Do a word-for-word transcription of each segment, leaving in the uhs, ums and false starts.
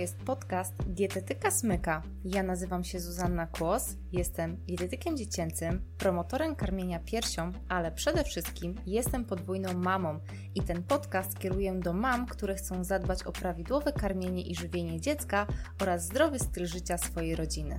jest podcast Dietetyka Smyka. Ja nazywam się Zuzanna Kłos, jestem dietetykiem dziecięcym, promotorem karmienia piersią, ale przede wszystkim jestem podwójną mamą i ten podcast kieruję do mam, które chcą zadbać o prawidłowe karmienie i żywienie dziecka oraz zdrowy styl życia swojej rodziny.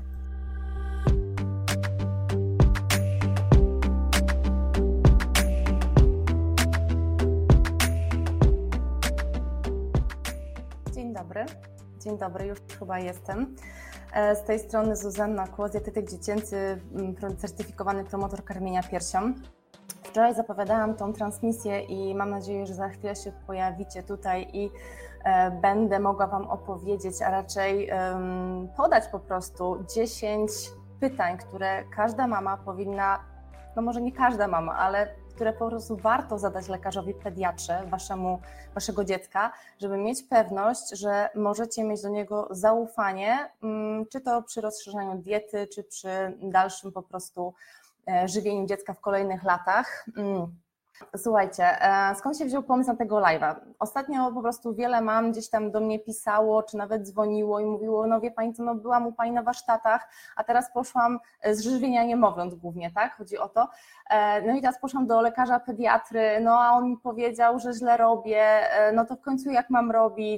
Dzień dobry, dzień dobry, już chyba jestem. Z tej strony Zuzanna Kłos, dietetyk dziecięcy, certyfikowany promotor karmienia piersią. Wczoraj zapowiadałam tą transmisję i mam nadzieję, że za chwilę się pojawicie tutaj i będę mogła Wam opowiedzieć, a raczej podać po prostu dziesięć pytań, które każda mama powinna, no może nie każda mama, ale które po prostu warto zadać lekarzowi pediatrze waszemu, waszego dziecka, żeby mieć pewność, że możecie mieć do niego zaufanie, czy to przy rozszerzaniu diety, czy przy dalszym po prostu żywieniu dziecka w kolejnych latach. Słuchajcie, skąd się wziął pomysł na tego live'a? Ostatnio po prostu wiele mam gdzieś tam do mnie pisało, czy nawet dzwoniło i mówiło, no wie Pani co, no byłam u Pani na warsztatach, a teraz poszłam z żywienia niemowląt głównie, tak? Chodzi o to. No i teraz poszłam do lekarza pediatry, no a on mi powiedział, że źle robię, no to w końcu jak mam robić?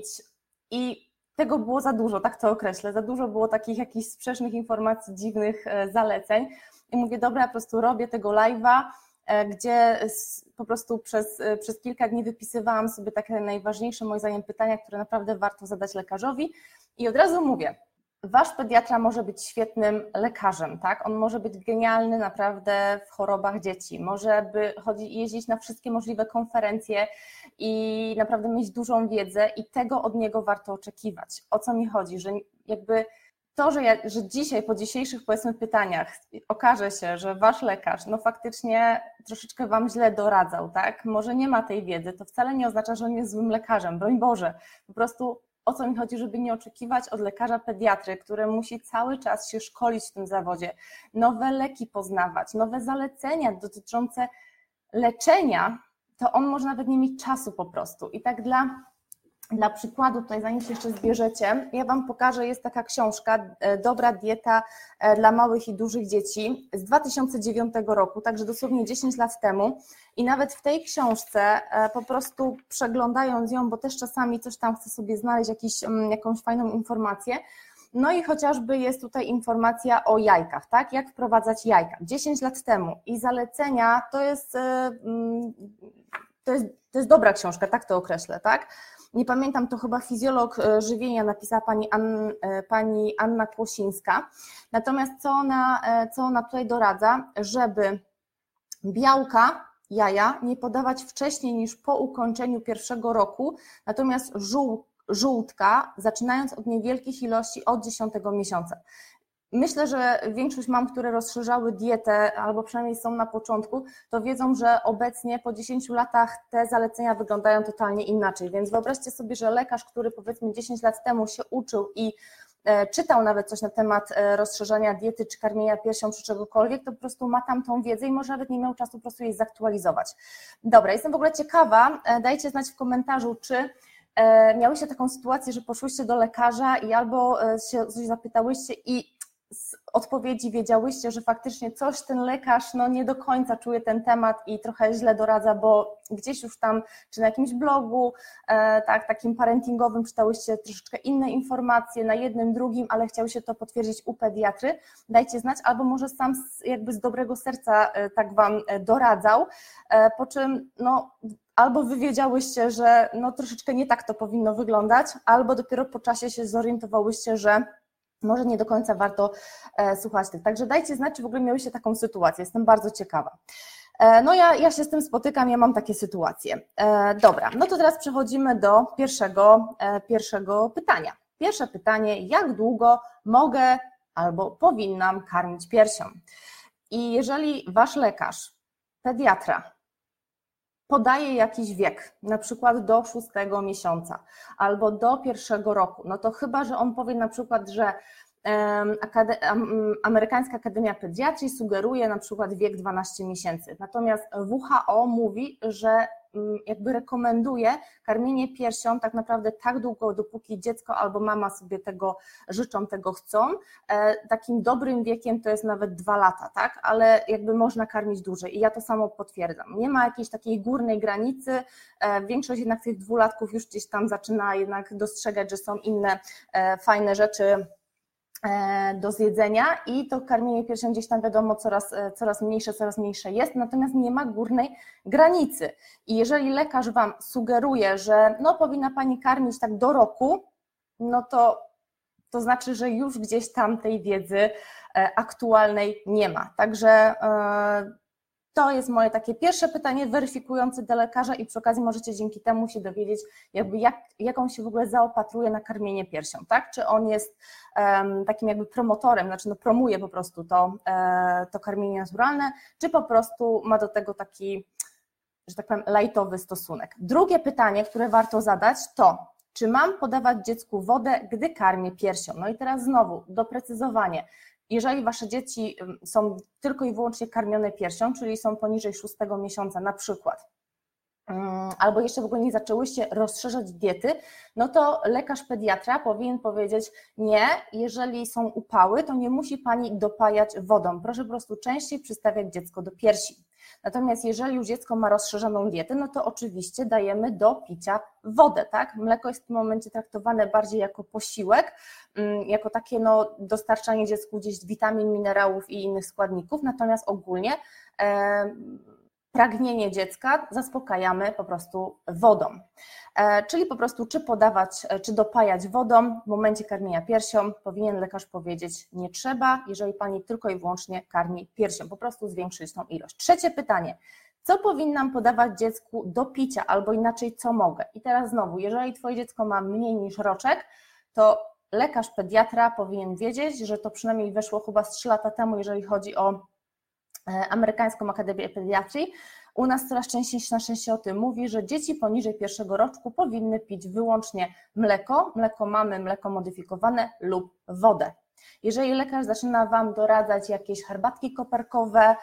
I tego było za dużo, tak to określę, za dużo było takich jakichś sprzecznych informacji, dziwnych zaleceń i mówię, dobra, ja po prostu robię tego live'a, gdzie po prostu przez, przez kilka dni wypisywałam sobie takie najważniejsze moim zdaniem pytania, które naprawdę warto zadać lekarzowi i od razu mówię, wasz pediatra może być świetnym lekarzem, tak? On może być genialny naprawdę w chorobach dzieci, może by chodzić, jeździć na wszystkie możliwe konferencje i naprawdę mieć dużą wiedzę i tego od niego warto oczekiwać. O co mi chodzi, że jakby to, że, ja, że dzisiaj po dzisiejszych powiedzmy pytaniach okaże się, że wasz lekarz no faktycznie troszeczkę wam źle doradzał, tak? Może nie ma tej wiedzy, to wcale nie oznacza, że on jest złym lekarzem, broń Boże. Po prostu o co mi chodzi, żeby nie oczekiwać od lekarza pediatry, który musi cały czas się szkolić w tym zawodzie, nowe leki poznawać, nowe zalecenia dotyczące leczenia, to on może nawet nie mieć czasu po prostu. I tak dla... Dla przykładu, tutaj zanim się jeszcze zbierzecie, ja Wam pokażę, jest taka książka Dobra dieta dla małych i dużych dzieci z dwa tysiące dziewiątego roku, także dosłownie dziesięć lat temu i nawet w tej książce po prostu przeglądając ją, bo też czasami coś tam chcę sobie znaleźć, jakiś, jakąś fajną informację, no i chociażby jest tutaj informacja o jajkach, tak? Jak wprowadzać jajka. dziesięć lat temu i zalecenia to jest, to jest, to jest dobra książka, tak to określę, tak? Nie pamiętam, to chyba fizjolog żywienia napisała pani, Ann, pani Anna Kłosińska. Natomiast co ona, co ona tutaj doradza, żeby białka jaja nie podawać wcześniej niż po ukończeniu pierwszego roku, natomiast żół, żółtka zaczynając od niewielkich ilości od dziesiątego miesiąca. Myślę, że większość mam, które rozszerzały dietę, albo przynajmniej są na początku, to wiedzą, że obecnie po dziesięciu latach te zalecenia wyglądają totalnie inaczej. Więc wyobraźcie sobie, że lekarz, który powiedzmy dziesięć lat temu się uczył i e, czytał nawet coś na temat e, rozszerzania diety czy karmienia piersią czy czegokolwiek, to po prostu ma tam tą wiedzę i może nawet nie miał czasu po prostu jej zaktualizować. Dobra, jestem w ogóle ciekawa, e, dajcie znać w komentarzu, czy e, miałyście taką sytuację, że poszłyście do lekarza i albo e, się coś zapytałyście i z odpowiedzi wiedziałyście, że faktycznie coś ten lekarz no nie do końca czuje ten temat i trochę źle doradza, bo gdzieś już tam, czy na jakimś blogu, e, tak, takim parentingowym czytałyście troszeczkę inne informacje na jednym, drugim, ale chciałyście to potwierdzić u pediatry, dajcie znać, albo może sam z, jakby z dobrego serca e, tak Wam doradzał, e, po czym no albo wy wiedziałyście, że no troszeczkę nie tak to powinno wyglądać, albo dopiero po czasie się zorientowałyście, że może nie do końca warto e, słuchać tych. Także dajcie znać, czy w ogóle miałyście taką sytuację. Jestem bardzo ciekawa. E, no ja, ja się z tym spotykam, ja mam takie sytuacje. E, dobra, no to teraz przechodzimy do pierwszego, e, pierwszego pytania. Pierwsze pytanie, jak długo mogę albo powinnam karmić piersią? I jeżeli wasz lekarz, pediatra, podaje jakiś wiek, na przykład do szóstego miesiąca albo do pierwszego roku, no to chyba, że on powie na przykład, że Amerykańska Akademia Pediatrii sugeruje na przykład wiek dwanaście miesięcy, natomiast W H O mówi, że jakby rekomenduje karmienie piersią tak naprawdę tak długo, dopóki dziecko albo mama sobie tego życzą, tego chcą. Takim dobrym wiekiem to jest nawet dwa lata, tak? Ale jakby można karmić dłużej i ja to samo potwierdzam. Nie ma jakiejś takiej górnej granicy, większość jednak tych dwulatków już gdzieś tam zaczyna jednak dostrzegać, że są inne fajne rzeczy do zjedzenia i to karmienie piersią gdzieś tam wiadomo coraz, coraz mniejsze, coraz mniejsze jest, natomiast nie ma górnej granicy. I jeżeli lekarz Wam sugeruje, że no powinna Pani karmić tak do roku, no to to znaczy, że już gdzieś tam tej wiedzy aktualnej nie ma. Także to jest moje takie pierwsze pytanie weryfikujące dla lekarza i przy okazji możecie dzięki temu się dowiedzieć, jakby jak, jak on się w ogóle zaopatruje na karmienie piersią, tak? Czy on jest um, takim jakby promotorem, znaczy no promuje po prostu to, e, to karmienie naturalne, czy po prostu ma do tego taki, że tak powiem, lajtowy stosunek. Drugie pytanie, które warto zadać, to czy mam podawać dziecku wodę, gdy karmię piersią? No i teraz znowu doprecyzowanie. Jeżeli Wasze dzieci są tylko i wyłącznie karmione piersią, czyli są poniżej szóstego miesiąca na przykład, albo jeszcze w ogóle nie zaczęłyście rozszerzać diety, no to lekarz pediatra powinien powiedzieć nie, jeżeli są upały, to nie musi Pani dopajać wodą, proszę po prostu częściej przystawiać dziecko do piersi. Natomiast jeżeli już dziecko ma rozszerzoną dietę, no to oczywiście dajemy do picia wodę, tak? Mleko jest w tym momencie traktowane bardziej jako posiłek, jako takie no, dostarczanie dziecku gdzieś witamin, minerałów i innych składników, natomiast ogólnie e, pragnienie dziecka zaspokajamy po prostu wodą. E, czyli po prostu czy podawać, czy dopajać wodą w momencie karmienia piersią, powinien lekarz powiedzieć nie trzeba, jeżeli Pani tylko i wyłącznie karmi piersią, po prostu zwiększyć tą ilość. Trzecie pytanie, co powinnam podawać dziecku do picia, albo inaczej co mogę? I teraz znowu, jeżeli Twoje dziecko ma mniej niż roczek, to lekarz pediatra powinien wiedzieć, że to przynajmniej weszło chyba z trzy lata temu, jeżeli chodzi o Amerykańską Akademię Pediatrii. U nas coraz częściej na szczęście o tym mówi, że dzieci poniżej pierwszego roczku powinny pić wyłącznie mleko, mleko mamy, mleko modyfikowane lub wodę. Jeżeli lekarz zaczyna Wam doradzać jakieś herbatki koperkowe,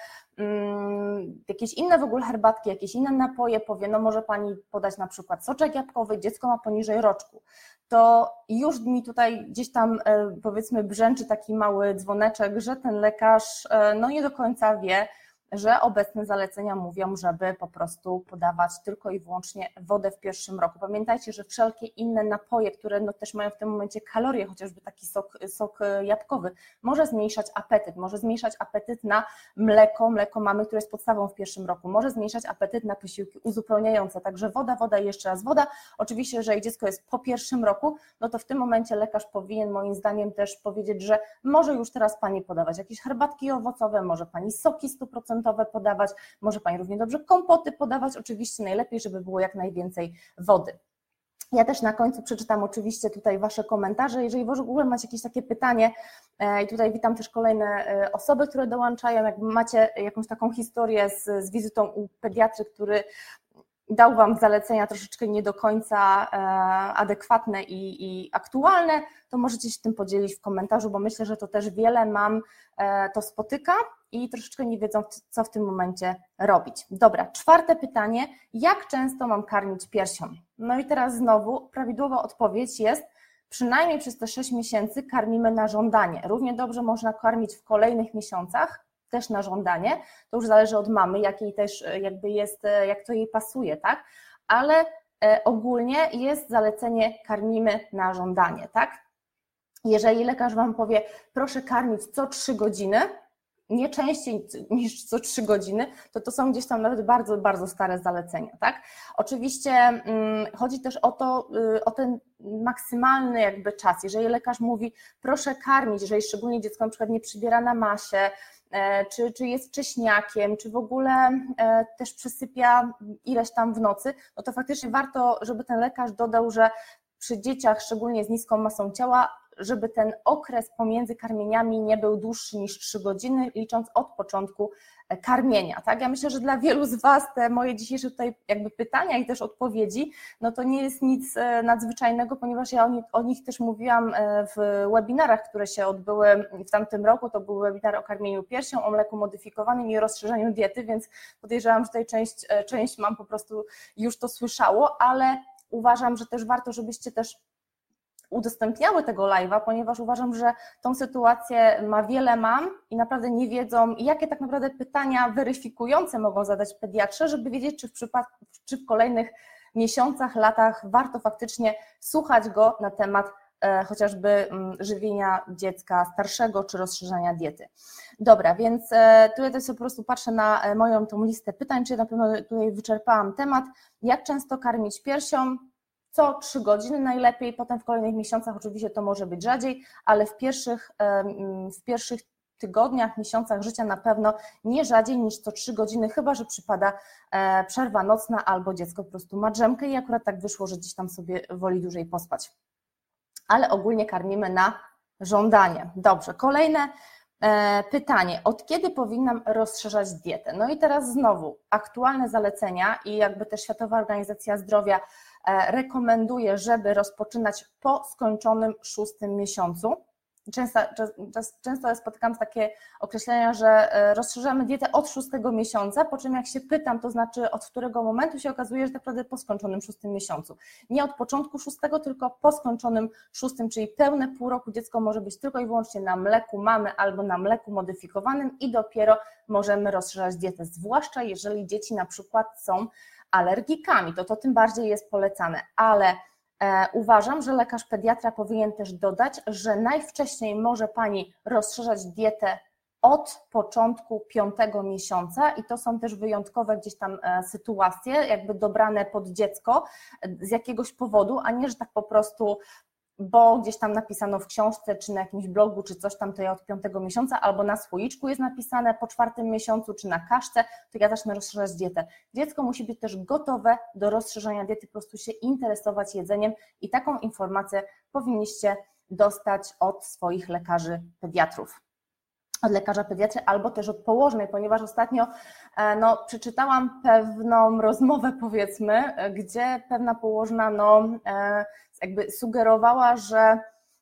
jakieś inne w ogóle herbatki, jakieś inne napoje, powie, no może Pani podać na przykład soczek jabłkowy, dziecko ma poniżej roczku, to już mi tutaj gdzieś tam powiedzmy brzęczy taki mały dzwoneczek, że ten lekarz no nie do końca wie, że obecne zalecenia mówią, żeby po prostu podawać tylko i wyłącznie wodę w pierwszym roku. Pamiętajcie, że wszelkie inne napoje, które no też mają w tym momencie kalorie, chociażby taki sok, sok jabłkowy, może zmniejszać apetyt, może zmniejszać apetyt na mleko, mleko mamy, które jest podstawą w pierwszym roku, może zmniejszać apetyt na posiłki uzupełniające, także woda, woda i jeszcze raz woda. Oczywiście, jeżeli dziecko jest po pierwszym roku, no to w tym momencie lekarz powinien moim zdaniem też powiedzieć, że może już teraz Pani podawać jakieś herbatki owocowe, może Pani soki stu procent podawać, może Pani równie dobrze kompoty podawać, oczywiście najlepiej, żeby było jak najwięcej wody. Ja też na końcu przeczytam oczywiście tutaj Wasze komentarze, jeżeli w ogóle macie jakieś takie pytanie i tutaj witam też kolejne osoby, które dołączają, jak macie jakąś taką historię z, z wizytą u pediatry, który dał Wam zalecenia troszeczkę nie do końca adekwatne i, i aktualne, to możecie się tym podzielić w komentarzu, bo myślę, że to też wiele mam to spotyka i troszeczkę nie wiedzą, co w tym momencie robić. Dobra, czwarte pytanie, jak często mam karmić piersią? No i teraz znowu prawidłowa odpowiedź jest, przynajmniej przez te sześć miesięcy karmimy na żądanie. Równie dobrze można karmić w kolejnych miesiącach, też na żądanie, to już zależy od mamy, jakiej też jakby jest, jak to jej pasuje, tak? Ale ogólnie jest zalecenie karmimy na żądanie, tak? Jeżeli lekarz Wam powie, proszę karmić co trzy godziny, nie częściej niż co trzy godziny, to to są gdzieś tam nawet bardzo, bardzo stare zalecenia, tak? Oczywiście hmm, chodzi też o to, o ten maksymalny jakby czas. Jeżeli lekarz mówi, proszę karmić, jeżeli szczególnie dziecko na przykład nie przybiera na masie, Czy, czy jest wcześniakiem, czy w ogóle też przysypia ileś tam w nocy, no to faktycznie warto, żeby ten lekarz dodał, że przy dzieciach, szczególnie z niską masą ciała, żeby ten okres pomiędzy karmieniami nie był dłuższy niż trzy godziny, licząc od początku karmienia. Tak? Ja myślę, że dla wielu z Was te moje dzisiejsze tutaj jakby pytania i też odpowiedzi, no to nie jest nic nadzwyczajnego, ponieważ ja o nich, o nich też mówiłam w webinarach, które się odbyły w tamtym roku. To był webinar o karmieniu piersią, o mleku modyfikowanym i rozszerzeniu diety, więc podejrzewam, że tutaj część, część mam po prostu już to słyszało, ale uważam, że też warto, żebyście też udostępniały tego live'a, ponieważ uważam, że tą sytuację ma wiele mam i naprawdę nie wiedzą, jakie tak naprawdę pytania weryfikujące mogą zadać pediatrze, żeby wiedzieć, czy w przypadku, czy w kolejnych miesiącach, latach warto faktycznie słuchać go na temat e, chociażby m, żywienia dziecka starszego, czy rozszerzania diety. Dobra, więc e, tutaj też po prostu patrzę na moją tą listę pytań, czy na pewno tutaj wyczerpałam temat, jak często karmić piersią. Co trzy godziny najlepiej, potem w kolejnych miesiącach oczywiście to może być rzadziej, ale w pierwszych, w pierwszych tygodniach, miesiącach życia na pewno nie rzadziej niż co trzy godziny, chyba że przypada przerwa nocna albo dziecko po prostu ma drzemkę i akurat tak wyszło, że gdzieś tam sobie woli dłużej pospać. Ale ogólnie karmimy na żądanie. Dobrze, kolejne pytanie, od kiedy powinnam rozszerzać dietę? No i teraz znowu aktualne zalecenia i jakby też Światowa Organizacja Zdrowia rekomenduje, żeby rozpoczynać po skończonym szóstym miesiącu. Często, często spotykam takie określenia, że rozszerzamy dietę od szóstego miesiąca, po czym jak się pytam, to znaczy od którego momentu, się okazuje, że tak naprawdę po skończonym szóstym miesiącu. Nie od początku szóstego, tylko po skończonym szóstym, czyli pełne pół roku dziecko może być tylko i wyłącznie na mleku mamy albo na mleku modyfikowanym i dopiero możemy rozszerzać dietę, zwłaszcza jeżeli dzieci na przykład są alergikami, to to tym bardziej jest polecane, ale e, uważam, że lekarz pediatra powinien też dodać, że najwcześniej może Pani rozszerzać dietę od początku piątego miesiąca i to są też wyjątkowe gdzieś tam e, sytuacje, jakby dobrane pod dziecko e, z jakiegoś powodu, a nie, że tak po prostu, bo gdzieś tam napisano w książce, czy na jakimś blogu, czy coś tam, to ja od piątego miesiąca, albo na słoiczku jest napisane po czwartym miesiącu, czy na kaszce, to ja zacznę rozszerzać dietę. Dziecko musi być też gotowe do rozszerzania diety, po prostu się interesować jedzeniem i taką informację powinniście dostać od swoich lekarzy pediatrów. Od lekarza pediatry albo też od położnej, ponieważ ostatnio no, przeczytałam pewną rozmowę, powiedzmy, gdzie pewna położna no, jakby sugerowała, że,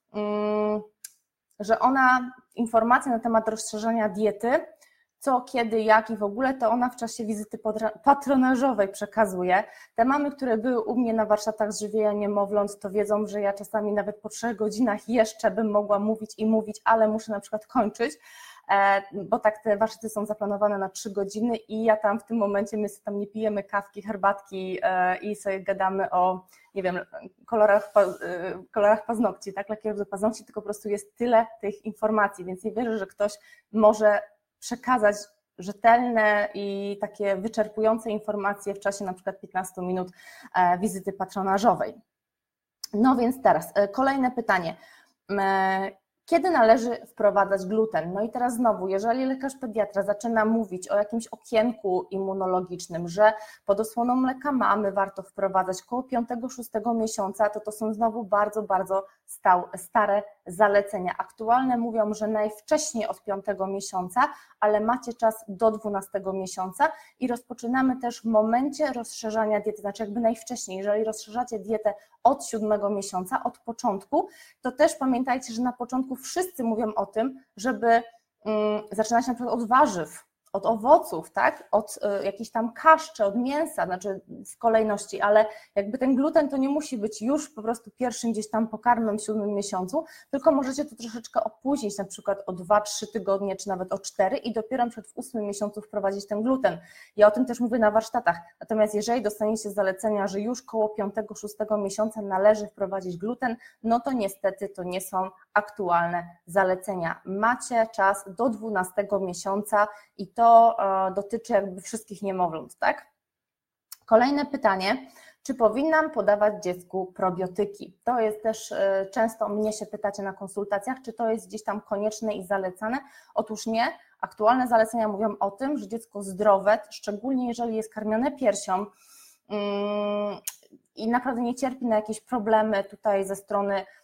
że ona informacje na temat rozszerzania diety, co, kiedy, jak i w ogóle, to ona w czasie wizyty patronażowej przekazuje. Te mamy, które były u mnie na warsztatach żywienia niemowląt, to wiedzą, że ja czasami nawet po trzech godzinach jeszcze bym mogła mówić i mówić, ale muszę na przykład kończyć, bo tak te warsztaty są zaplanowane na trzy godziny i ja tam w tym momencie, my tam nie pijemy kawki, herbatki i sobie gadamy o, nie wiem, kolorach, kolorach paznokci, tak, lakierów do paznokci, tylko po prostu jest tyle tych informacji, więc nie wierzę, że ktoś może przekazać rzetelne i takie wyczerpujące informacje w czasie na przykład piętnastu minut wizyty patronażowej. No więc teraz kolejne pytanie. Kiedy należy wprowadzać gluten? No i teraz znowu, jeżeli lekarz pediatra zaczyna mówić o jakimś okienku immunologicznym, że pod osłoną mleka mamy warto wprowadzać koło piątego szóstego miesiąca, to to są znowu bardzo, bardzo stał, stare zalecenia. Aktualne mówią, że najwcześniej od piątego miesiąca, ale macie czas do dwunastego miesiąca i rozpoczynamy też w momencie rozszerzania diety, znaczy jakby najwcześniej, jeżeli rozszerzacie dietę od siódmego miesiąca, od początku, to też pamiętajcie, że na początku wszyscy mówią o tym, żeby um, zaczynać na przykład od warzyw, od owoców, tak, od y, jakichś tam kaszczy, od mięsa, znaczy w kolejności, ale jakby ten gluten to nie musi być już po prostu pierwszym gdzieś tam pokarmem w siódmym miesiącu, tylko możecie to troszeczkę opóźnić, na przykład o dwa trzy tygodnie, czy nawet o cztery i dopiero przed w ósmym miesiącu wprowadzić ten gluten. Ja o tym też mówię na warsztatach, natomiast jeżeli dostaniecie zalecenia, że już koło piątego szóstego miesiąca należy wprowadzić gluten, no to niestety to nie są aktualne zalecenia. Macie czas do dwunastego miesiąca i to To dotyczy jakby wszystkich niemowląt, tak? Kolejne pytanie, czy powinnam podawać dziecku probiotyki? To jest też, często mnie się pytacie na konsultacjach, czy to jest gdzieś tam konieczne i zalecane? Otóż nie, aktualne zalecenia mówią o tym, że dziecko zdrowe, szczególnie jeżeli jest karmione piersią i naprawdę nie cierpi na jakieś problemy tutaj ze strony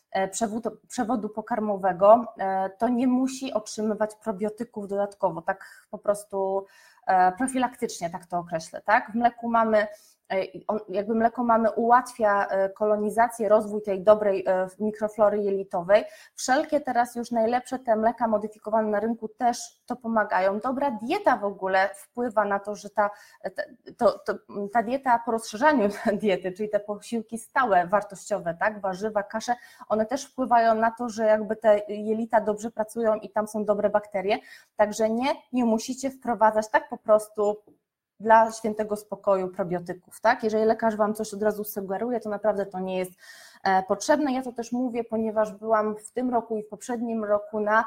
przewodu, przewodu pokarmowego, to nie musi otrzymywać probiotyków dodatkowo, tak po prostu profilaktycznie, tak to określę, tak? W mleku mamy, jakby mleko mamy ułatwia kolonizację, rozwój tej dobrej mikroflory jelitowej. Wszelkie teraz już najlepsze te mleka modyfikowane na rynku też to pomagają. Dobra dieta w ogóle wpływa na to, że ta, to, to, ta dieta po rozszerzaniu diety, czyli te posiłki stałe, wartościowe, tak, warzywa, kasze, one też wpływają na to, że jakby te jelita dobrze pracują i tam są dobre bakterie, także nie, nie musicie wprowadzać tak po prostu dla świętego spokoju probiotyków, tak? Jeżeli lekarz Wam coś od razu sugeruje, to naprawdę to nie jest potrzebne. Ja to też mówię, ponieważ byłam w tym roku i w poprzednim roku na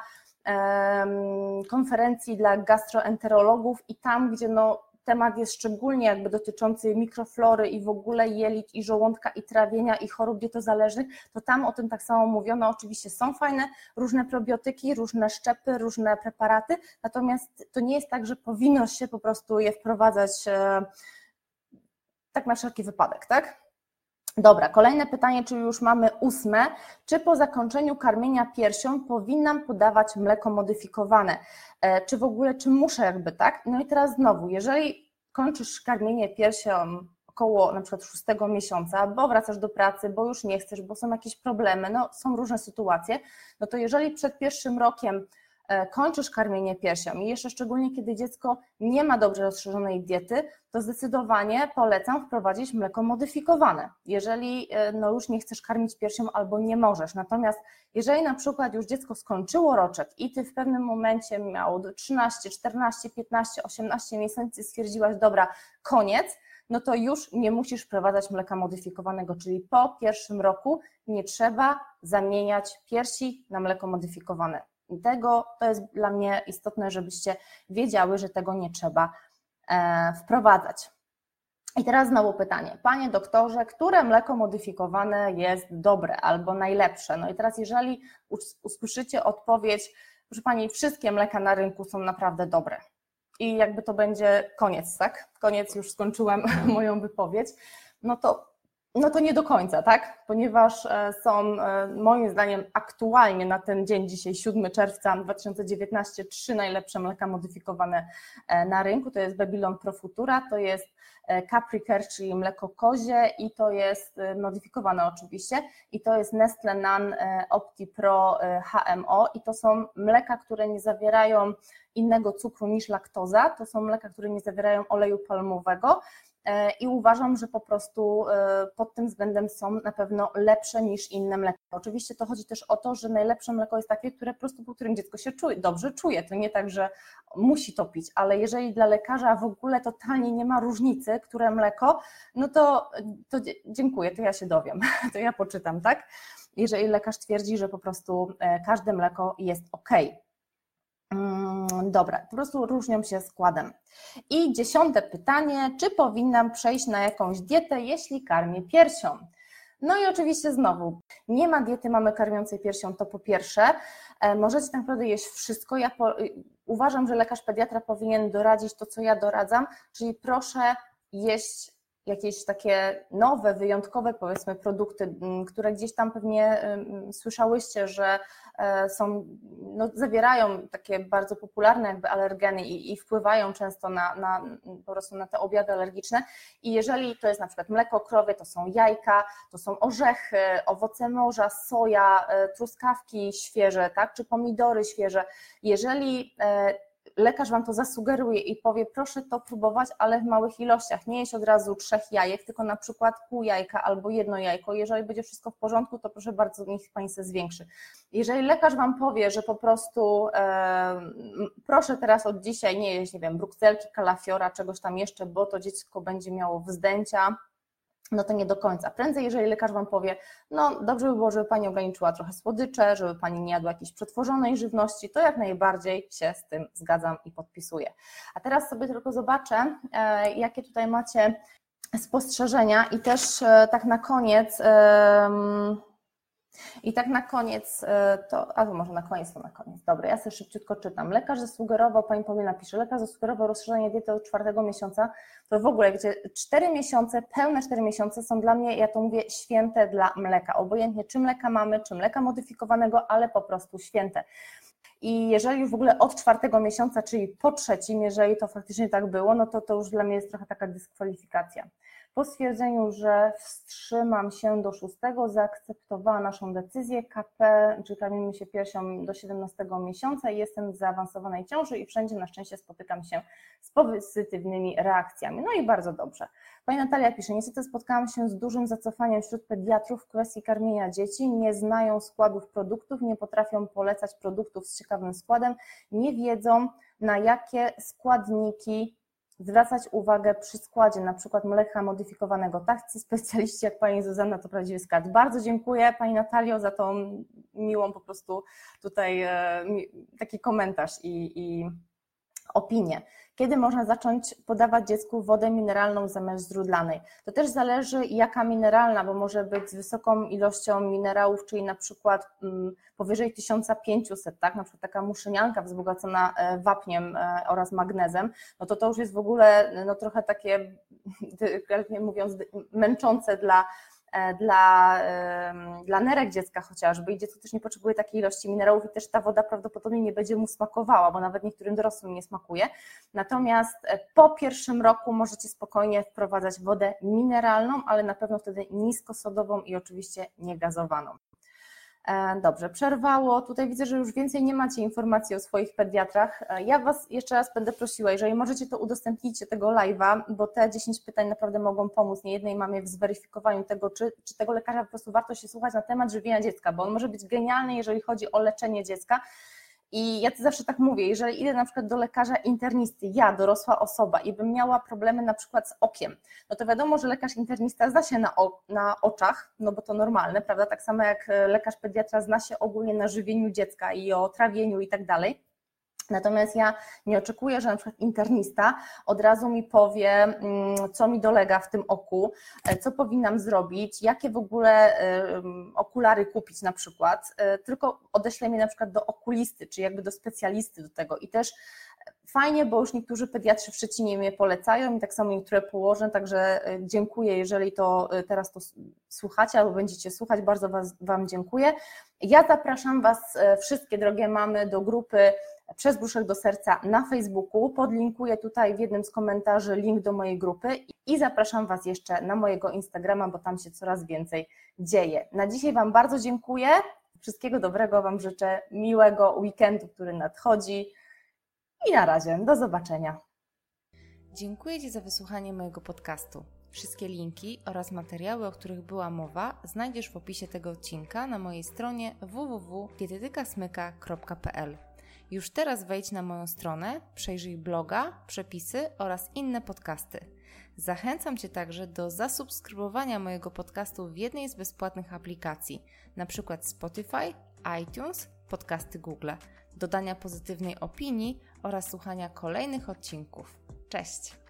um, konferencji dla gastroenterologów i tam, gdzie no, temat jest szczególnie jakby dotyczący mikroflory i w ogóle jelit i żołądka i trawienia i chorób dietozależnych, to tam o tym tak samo mówiono. Oczywiście są fajne różne probiotyki, różne szczepy, różne preparaty, natomiast to nie jest tak, że powinno się po prostu je wprowadzać e, tak na wszelki wypadek, tak? Dobra, kolejne pytanie, czyli już mamy ósme. Czy po zakończeniu karmienia piersią powinnam podawać mleko modyfikowane? E, czy w ogóle, czy muszę jakby, tak? No i teraz znowu, jeżeli kończysz karmienie piersią około na przykład szóstego miesiąca, bo wracasz do pracy, bo już nie chcesz, bo są jakieś problemy, no są różne sytuacje, no to jeżeli przed pierwszym rokiem kończysz karmienie piersią i jeszcze szczególnie kiedy dziecko nie ma dobrze rozszerzonej diety, to zdecydowanie polecam wprowadzić mleko modyfikowane, jeżeli no już nie chcesz karmić piersią albo nie możesz. Natomiast jeżeli na przykład już dziecko skończyło roczek i Ty w pewnym momencie miało trzynaście, czternaście, piętnaście, osiemnaście miesięcy, stwierdziłaś, dobra, koniec, no to już nie musisz wprowadzać mleka modyfikowanego, czyli po pierwszym roku nie trzeba zamieniać piersi na mleko modyfikowane. I tego, to jest dla mnie istotne, żebyście wiedziały, że tego nie trzeba e, wprowadzać. I teraz znowu pytanie, panie doktorze, które mleko modyfikowane jest dobre albo najlepsze? No i teraz jeżeli usłyszycie odpowiedź, proszę pani, wszystkie mleka na rynku są naprawdę dobre i jakby to będzie koniec, tak? Koniec, już skończyłam moją wypowiedź, no to No to nie do końca, tak? Ponieważ są moim zdaniem aktualnie na ten dzień, dzisiaj siódmego czerwca dwa tysiące dziewiętnastego, trzy najlepsze mleka modyfikowane na rynku. To jest Babylon Pro Futura, to jest Capri Care, czyli mleko kozie i to jest modyfikowane oczywiście i to jest Nestle Nan Opti Pro H M O i to są mleka, które nie zawierają innego cukru niż laktoza, to są mleka, które nie zawierają oleju palmowego. I uważam, że po prostu pod tym względem są na pewno lepsze niż inne mleka. Oczywiście to chodzi też o to, że najlepsze mleko jest takie, które po prostu po którym dziecko się czuje, dobrze czuje. To nie tak, że musi to pić, ale jeżeli dla lekarza w ogóle totalnie nie ma różnicy, które mleko, no to, to dziękuję, to ja się dowiem, to ja poczytam, tak? Jeżeli lekarz twierdzi, że po prostu każde mleko jest ok. Dobra, po prostu różnią się składem. I dziesiąte pytanie, czy powinnam przejść na jakąś dietę, jeśli karmię piersią? No i oczywiście znowu, nie ma diety mamy karmiącej piersią, to po pierwsze, możecie tak naprawdę jeść wszystko. Ja po, uważam, że lekarz pediatra powinien doradzić to, co ja doradzam, czyli proszę jeść jakieś takie nowe, wyjątkowe powiedzmy produkty, które gdzieś tam pewnie słyszałyście, że są, no, zawierają takie bardzo popularne jakby alergeny i, i wpływają często na, na, po prostu na te objawy alergiczne i jeżeli to jest na przykład mleko krowie, to są jajka, to są orzechy, owoce morza, soja, truskawki świeże, tak, czy pomidory świeże, jeżeli lekarz Wam to zasugeruje i powie, proszę to próbować, ale w małych ilościach, nie jeść od razu trzech jajek, tylko na przykład pół jajka albo jedno jajko. Jeżeli będzie wszystko w porządku, to proszę bardzo, niech Pani se zwiększy. Jeżeli lekarz Wam powie, że po prostu e, proszę teraz od dzisiaj nie jeść, nie wiem, brukselki, kalafiora, czegoś tam jeszcze, bo to dziecko będzie miało wzdęcia, no to nie do końca. Prędzej, jeżeli lekarz Wam powie, no dobrze by było, żeby Pani ograniczyła trochę słodycze, żeby Pani nie jadła jakiejś przetworzonej żywności, to jak najbardziej się z tym zgadzam i podpisuję. A teraz sobie tylko zobaczę, jakie tutaj macie spostrzeżenia i też tak na koniec I tak na koniec, to, albo może na koniec, to na koniec. Dobra, ja sobie szybciutko czytam. Lekarz zasugerował, pani Paulina pisze, lekarz zasugerował rozszerzenie diety od czwartego miesiąca. To w ogóle, wiecie, cztery miesiące, pełne cztery miesiące są dla mnie, ja to mówię, święte dla mleka. Obojętnie czy mleka mamy, czy mleka modyfikowanego, ale po prostu święte. I jeżeli już w ogóle od czwartego miesiąca, czyli po trzecim, jeżeli to faktycznie tak było, no to to już dla mnie jest trochę taka dyskwalifikacja. Po stwierdzeniu, że wstrzymam się do szóstego, zaakceptowała naszą decyzję. K P, czyli karmimy się piersią do siedemnastego miesiąca i jestem w zaawansowanej ciąży i wszędzie na szczęście spotykam się z pozytywnymi reakcjami. No i bardzo dobrze. Pani Natalia pisze, niestety spotkałam się z dużym zacofaniem wśród pediatrów w kwestii karmienia dzieci, nie znają składów produktów, nie potrafią polecać produktów z ciekawym składem, nie wiedzą, na jakie składniki zwracać uwagę przy składzie, na przykład mleka modyfikowanego. Tacy specjaliści jak pani Zuzanna to prawdziwy skład. Bardzo dziękuję pani Natalio za tą miłą po prostu tutaj taki komentarz i, i opinię. Kiedy można zacząć podawać dziecku wodę mineralną zamiast źródlanej? To też zależy jaka mineralna, bo może być z wysoką ilością minerałów, czyli na przykład um, powyżej tysiąc pięćset, tak? Na przykład taka muszynianka wzbogacona wapniem oraz magnezem, no to to już jest w ogóle no, trochę takie, delikatnie mówiąc, męczące dla Dla, dla nerek dziecka chociażby i dziecko też nie potrzebuje takiej ilości minerałów i też ta woda prawdopodobnie nie będzie mu smakowała, bo nawet niektórym dorosłym nie smakuje. Natomiast po pierwszym roku możecie spokojnie wprowadzać wodę mineralną, ale na pewno wtedy niskosodową i oczywiście niegazowaną. Dobrze, przerwało. Tutaj widzę, że już więcej nie macie informacji o swoich pediatrach. Ja Was jeszcze raz będę prosiła, jeżeli możecie, to udostępnijcie tego live'a, bo te dziesięć pytań naprawdę mogą pomóc niejednej mamie w zweryfikowaniu tego, czy, czy tego lekarza po prostu warto się słuchać na temat żywienia dziecka, bo on może być genialny, jeżeli chodzi o leczenie dziecka. I ja to zawsze tak mówię, jeżeli idę na przykład do lekarza internisty, ja, dorosła osoba i bym miała problemy na przykład z okiem, no to wiadomo, że lekarz internista zna się na, o, na oczach, no bo to normalne, prawda, tak samo jak lekarz pediatra zna się ogólnie na żywieniu dziecka i o trawieniu i tak dalej. Natomiast ja nie oczekuję, że na przykład internista od razu mi powie, co mi dolega w tym oku, co powinnam zrobić, jakie w ogóle okulary kupić na przykład, tylko odeślę mnie na przykład do okulisty, czy jakby do specjalisty do tego i też fajnie, bo już niektórzy pediatrzy w Szczecinie mnie polecają i tak samo niektóre położne, także dziękuję, jeżeli to teraz to słuchacie albo będziecie słuchać, bardzo was, Wam dziękuję. Ja zapraszam Was wszystkie drogie mamy do grupy Przez brzuszek do serca na Facebooku, podlinkuję tutaj w jednym z komentarzy link do mojej grupy i zapraszam Was jeszcze na mojego Instagrama, bo tam się coraz więcej dzieje. Na dzisiaj Wam bardzo dziękuję, wszystkiego dobrego Wam życzę, miłego weekendu, który nadchodzi i na razie, do zobaczenia. Dziękuję Ci za wysłuchanie mojego podcastu. Wszystkie linki oraz materiały, o których była mowa, znajdziesz w opisie tego odcinka na mojej stronie w w w kropka dietetykasmyka kropka p l. Już teraz wejdź na moją stronę, przejrzyj bloga, przepisy oraz inne podcasty. Zachęcam Cię także do zasubskrybowania mojego podcastu w jednej z bezpłatnych aplikacji, np. Spotify, iTunes, podcasty Google, dodania pozytywnej opinii oraz słuchania kolejnych odcinków. Cześć!